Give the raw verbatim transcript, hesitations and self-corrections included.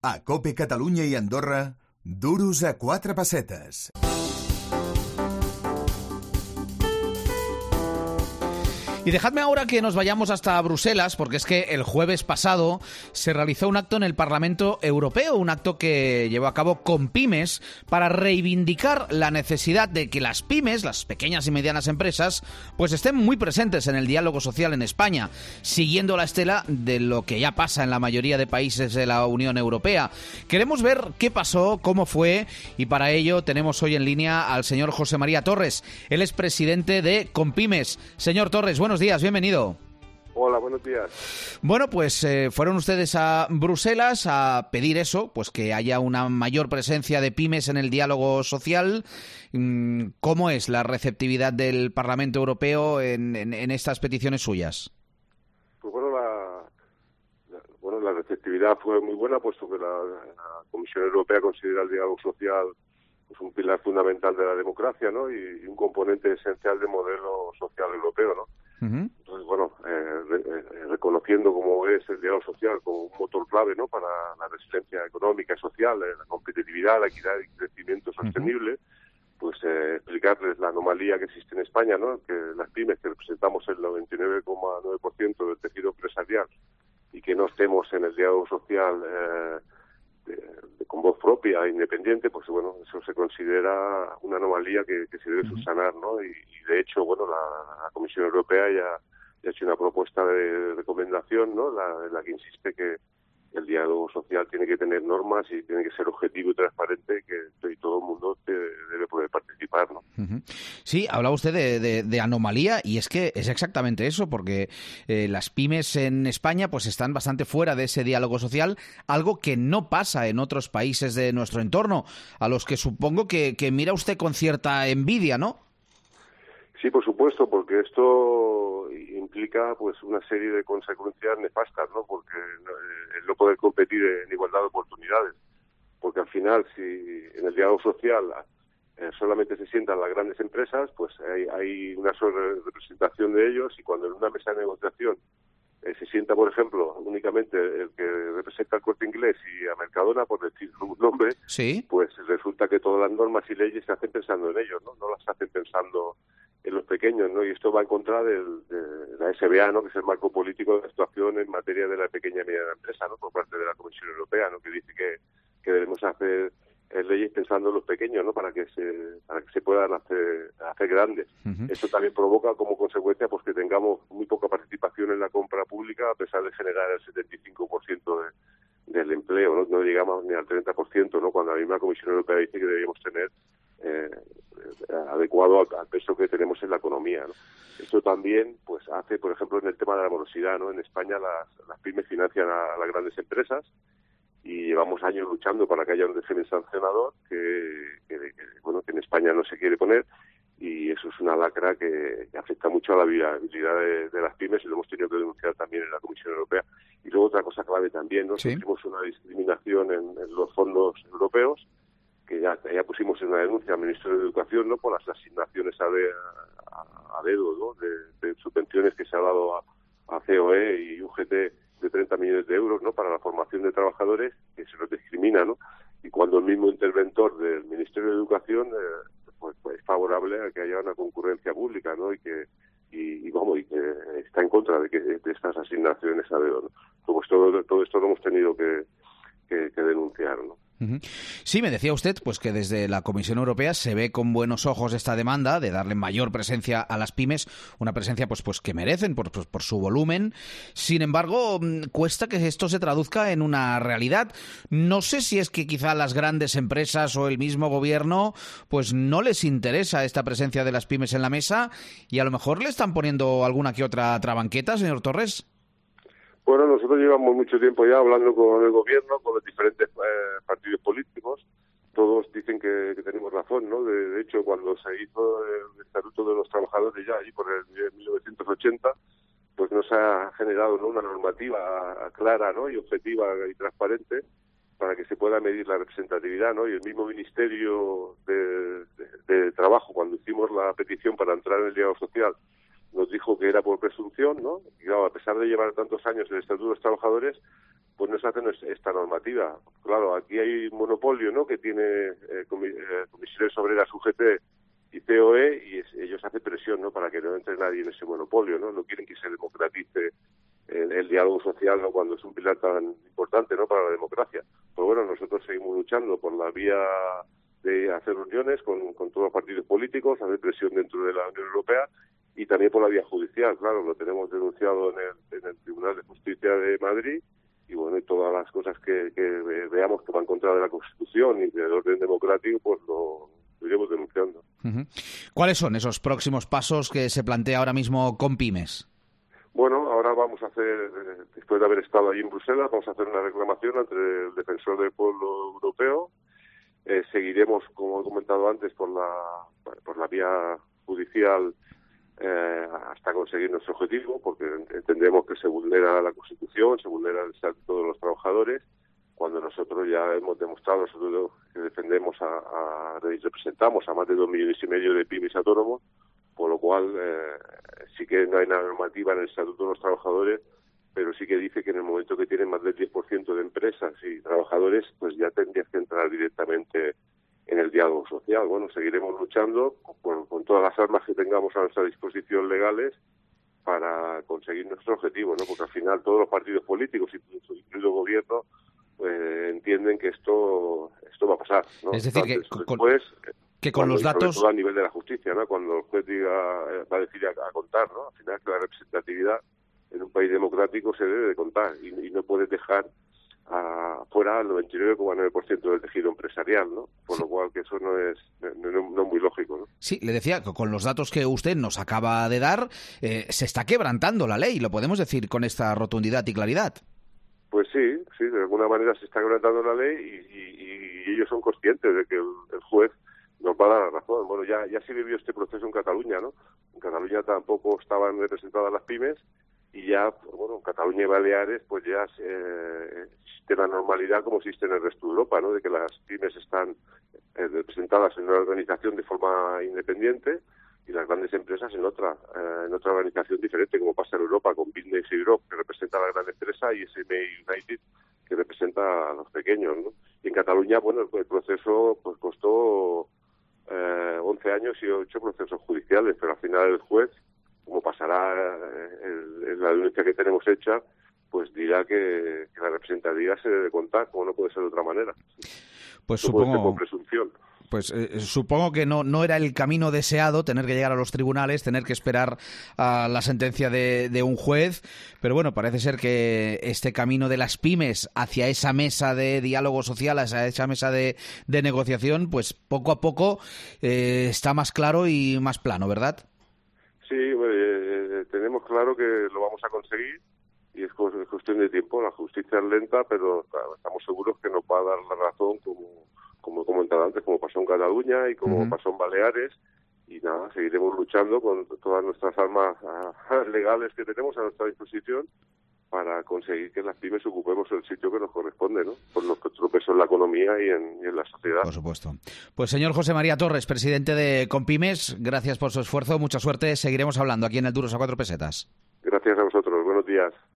A COPE Catalunya i Andorra, duros a quatre pessetes. Y dejadme ahora que nos vayamos hasta Bruselas, porque es que el jueves pasado se realizó un acto en el Parlamento Europeo, un acto que llevó a cabo Compymes para reivindicar la necesidad de que las pymes, las pequeñas y medianas empresas, pues estén muy presentes en el diálogo social en España, siguiendo la estela de lo que ya pasa en la mayoría de países de la Unión Europea. Queremos ver qué pasó, cómo fue, y para ello tenemos hoy en línea al señor José María Torres. Él es presidente de Compymes. Señor Torres, buenos días, bienvenido. Hola, buenos días. Bueno, pues eh, fueron ustedes a Bruselas a pedir eso, pues que haya una mayor presencia de pymes en el diálogo social. ¿Cómo es la receptividad del Parlamento Europeo en, en, en estas peticiones suyas? Pues bueno, la, la, bueno, la receptividad fue muy buena, puesto que la, la Comisión Europea considera el diálogo social pues un pilar fundamental de la democracia, ¿no? Y, y un componente esencial del modelo social europeo, ¿no? Uh-huh. Entonces, bueno, eh, re, eh, reconociendo como es el diálogo social como un motor clave, ¿no?, para la resiliencia económica y social, eh, la competitividad, la equidad y crecimiento sostenible, uh-huh. pues eh, explicarles la anomalía que existe en España, ¿no?, que las pymes, que representamos el noventa y nueve coma nueve por ciento del tejido empresarial y que no estemos en el diálogo social eh, de, de, con voz propia, independiente, pues bueno, eso se considera una anomalía que, que se debe subsanar, ¿no? Y, y de hecho, bueno, la, la Comisión Europea ya, ya ha hecho una propuesta de recomendación, ¿no?, la, en la que insiste que el diálogo social tiene que tener normas y tiene que ser objetivo y transparente, que y todo el mundo te, debe poder participar, ¿no? Uh-huh. Sí, hablaba usted de, de, de anomalía, y es que es exactamente eso, porque eh, las pymes en España pues están bastante fuera de ese diálogo social, algo que no pasa en otros países de nuestro entorno, a los que supongo que, que mira usted con cierta envidia, ¿no? Sí, por supuesto, porque esto implica pues una serie de consecuencias nefastas, ¿no? Porque el no poder competir en igualdad de oportunidades, porque al final, si en el diálogo social eh, solamente se sientan las grandes empresas, pues hay, hay una sola representación de ellos, y cuando en una mesa de negociación eh, se sienta, por ejemplo, únicamente el que representa al Corte Inglés y a Mercadona, por decir un nombre, ¿sí?, pues resulta que todas las normas y leyes se hacen pensando en ellos, ¿no? No las hacen pensando en los pequeños, ¿no? Y esto va en contra del, de la S B A, ¿no?, que es el marco político de actuación en materia de la pequeña y mediana empresa, ¿no?, por parte de la Comisión Europea, ¿no?, que dice que, que debemos hacer eh, leyes pensando en los pequeños, ¿no?, para que se para que se puedan hacer hacer grandes. Uh-huh. Esto también provoca como consecuencia pues que tengamos muy poca participación en la compra pública, a pesar de generar el setenta y cinco por ciento de, del empleo, ¿no? No llegamos ni al treinta por ciento, ¿no?, cuando la misma Comisión Europea dice que deberíamos tener Eh, adecuado al, al peso que tenemos en la economía, ¿no? Esto también pues hace, por ejemplo, en el tema de la morosidad, ¿no? En España las, las pymes financian a, a las grandes empresas y llevamos años luchando para que haya un régimen sancionador que, que, que, bueno, que en España no se quiere poner, y eso es una lacra que, que afecta mucho a la viabilidad de, de las pymes, y lo hemos tenido que denunciar también en la Comisión Europea. Y luego otra cosa clave también, ¿no? ¿Sí? Sufrimos una discriminación en, en los fondos europeos, que ya, ya pusimos en una denuncia al Ministro de Educación, ¿no?, por las asignaciones a, de, a, a dedo, ¿no?, de, de subvenciones que se ha dado a, a C O E y U G T de treinta millones de euros, ¿no?, para la formación de trabajadores, que se los discrimina, ¿no? Y cuando el mismo interventor del Ministerio de Educación eh, pues, pues es favorable a que haya una concurrencia pública, ¿no?, y que y, y vamos y que está en contra de que de estas asignaciones a dedo, ¿no? Pues todo, todo esto lo hemos tenido que, que, que denunciar, ¿no? Sí, me decía usted pues que desde la Comisión Europea se ve con buenos ojos esta demanda de darle mayor presencia a las pymes, una presencia pues pues que merecen por, por, por su volumen. Sin embargo, cuesta que esto se traduzca en una realidad. No sé si es que quizá las grandes empresas o el mismo gobierno pues no les interesa esta presencia de las pymes en la mesa, y a lo mejor le están poniendo alguna que otra trabanqueta, señor Torres. Bueno, nosotros llevamos mucho tiempo ya hablando con el gobierno, con los diferentes eh, partidos políticos. Todos dicen que, que tenemos razón, ¿no? De, de hecho, cuando se hizo el Estatuto de los Trabajadores ya allí por el mil novecientos ochenta, pues nos ha generado, ¿no?, una normativa clara, ¿no?, y objetiva y transparente para que se pueda medir la representatividad, ¿no? Y el mismo Ministerio de, de, de Trabajo, cuando hicimos la petición para entrar en el diálogo social, nos dijo que era por presunción, ¿no? Y claro, a pesar de llevar tantos años el Estatuto de los Trabajadores, pues no se hace esta normativa. Claro, aquí hay un monopolio, ¿no?, que tiene eh, Comisiones Obreras, U G T y C O E, y es, ellos hacen presión, ¿no?, para que no entre nadie en ese monopolio, ¿no? No quieren que se democratice el, el diálogo social, ¿no?, cuando es un pilar tan importante, ¿no?, para la democracia. Pues bueno, nosotros seguimos luchando por la vía de hacer reuniones con, con todos los partidos políticos, hacer presión dentro de la Unión Europea y también por la vía judicial. Claro, lo tenemos denunciado en el, en el Tribunal de Justicia de Madrid. Y bueno, y todas las cosas que, que veamos que van en contra de la Constitución y del orden democrático, pues lo, lo iremos denunciando. Uh-huh. ¿Cuáles son esos próximos pasos que se plantea ahora mismo con Pymes? Bueno, ahora vamos a hacer, después de haber estado allí en Bruselas, vamos a hacer una reclamación ante el Defensor del Pueblo Europeo. Eh, seguiremos, como he comentado antes, por la, por la vía judicial Eh, hasta conseguir nuestro objetivo, porque entendemos que se vulnera la Constitución, se vulnera el Estatuto de los Trabajadores, cuando nosotros ya hemos demostrado nosotros que defendemos a, a representamos a más de dos millones y medio de pymes autónomos, por lo cual eh, sí que no hay una normativa en el Estatuto de los Trabajadores, pero sí que dice que en el momento que tienen más del diez por ciento de empresas y trabajadores, pues ya tendrías que entrar directamente en el diálogo social. Bueno, seguiremos luchando con, con todas las armas que tengamos a nuestra disposición legales para conseguir nuestro objetivo, ¿no? Porque al final todos los partidos políticos, incluido el gobierno, pues, entienden que esto esto va a pasar, ¿no? Es decir, que Entonces, con, después, que con cuando, los datos... sobre todo a nivel de la justicia, ¿no? Cuando el juez diga, va a decir a, a contar, ¿no? Al final que la representatividad en un país democrático se debe de contar y, y no puedes dejar a, fuera al noventa y nueve coma nueve por ciento del tejido empresarial, ¿no? Por sí. Lo cual que eso no es no, no, no muy lógico, ¿no? Sí, le decía, con los datos que usted nos acaba de dar, eh, se está quebrantando la ley, lo podemos decir con esta rotundidad y claridad. Pues sí, sí, de alguna manera se está quebrantando la ley y, y, y ellos son conscientes de que el, el juez nos va a dar la razón. Bueno, ya, ya se vivió este proceso en Cataluña, ¿no? En Cataluña tampoco estaban representadas las pymes, y ya, bueno, en Cataluña y Baleares, pues ya eh, existe la normalidad como existe en el resto de Europa, ¿no? De que las pymes están eh, representadas en una organización de forma independiente y las grandes empresas en otra, eh, en otra organización diferente, como pasa en Europa con Business Europe, que representa a la gran empresa, y S M E United, que representa a los pequeños, ¿no? Y en Cataluña, bueno, el, el proceso pues costó eh, once años y ocho procesos judiciales, pero al final el juez, como pasará en la denuncia que tenemos hecha, pues dirá que, que la representatividad se debe contar, como no puede ser de otra manera. Pues no supongo... puede ser por presunción. Pues eh, supongo que no, no era el camino deseado tener que llegar a los tribunales, tener que esperar a la sentencia de, de un juez, pero bueno, parece ser que este camino de las pymes hacia esa mesa de diálogo social, hacia esa mesa de, de negociación, pues poco a poco eh, está más claro y más plano, ¿verdad? Sí, eh, tenemos claro que lo vamos a conseguir y es cuestión de tiempo. La justicia es lenta, pero claro, estamos seguros que nos va a dar la razón, como como he comentado antes, como pasó en Cataluña y como uh-huh. pasó en Baleares. Y nada, seguiremos luchando con todas nuestras armas uh, legales que tenemos a nuestra disposición para conseguir que las pymes ocupemos el sitio que nos corresponde, ¿no? Por nuestro peso en la economía y en, y en la sociedad. Por supuesto. Pues señor José María Torres, presidente de Compymes, gracias por su esfuerzo, mucha suerte, seguiremos hablando aquí en el Duros a Cuatro Pesetas. Gracias a vosotros, buenos días.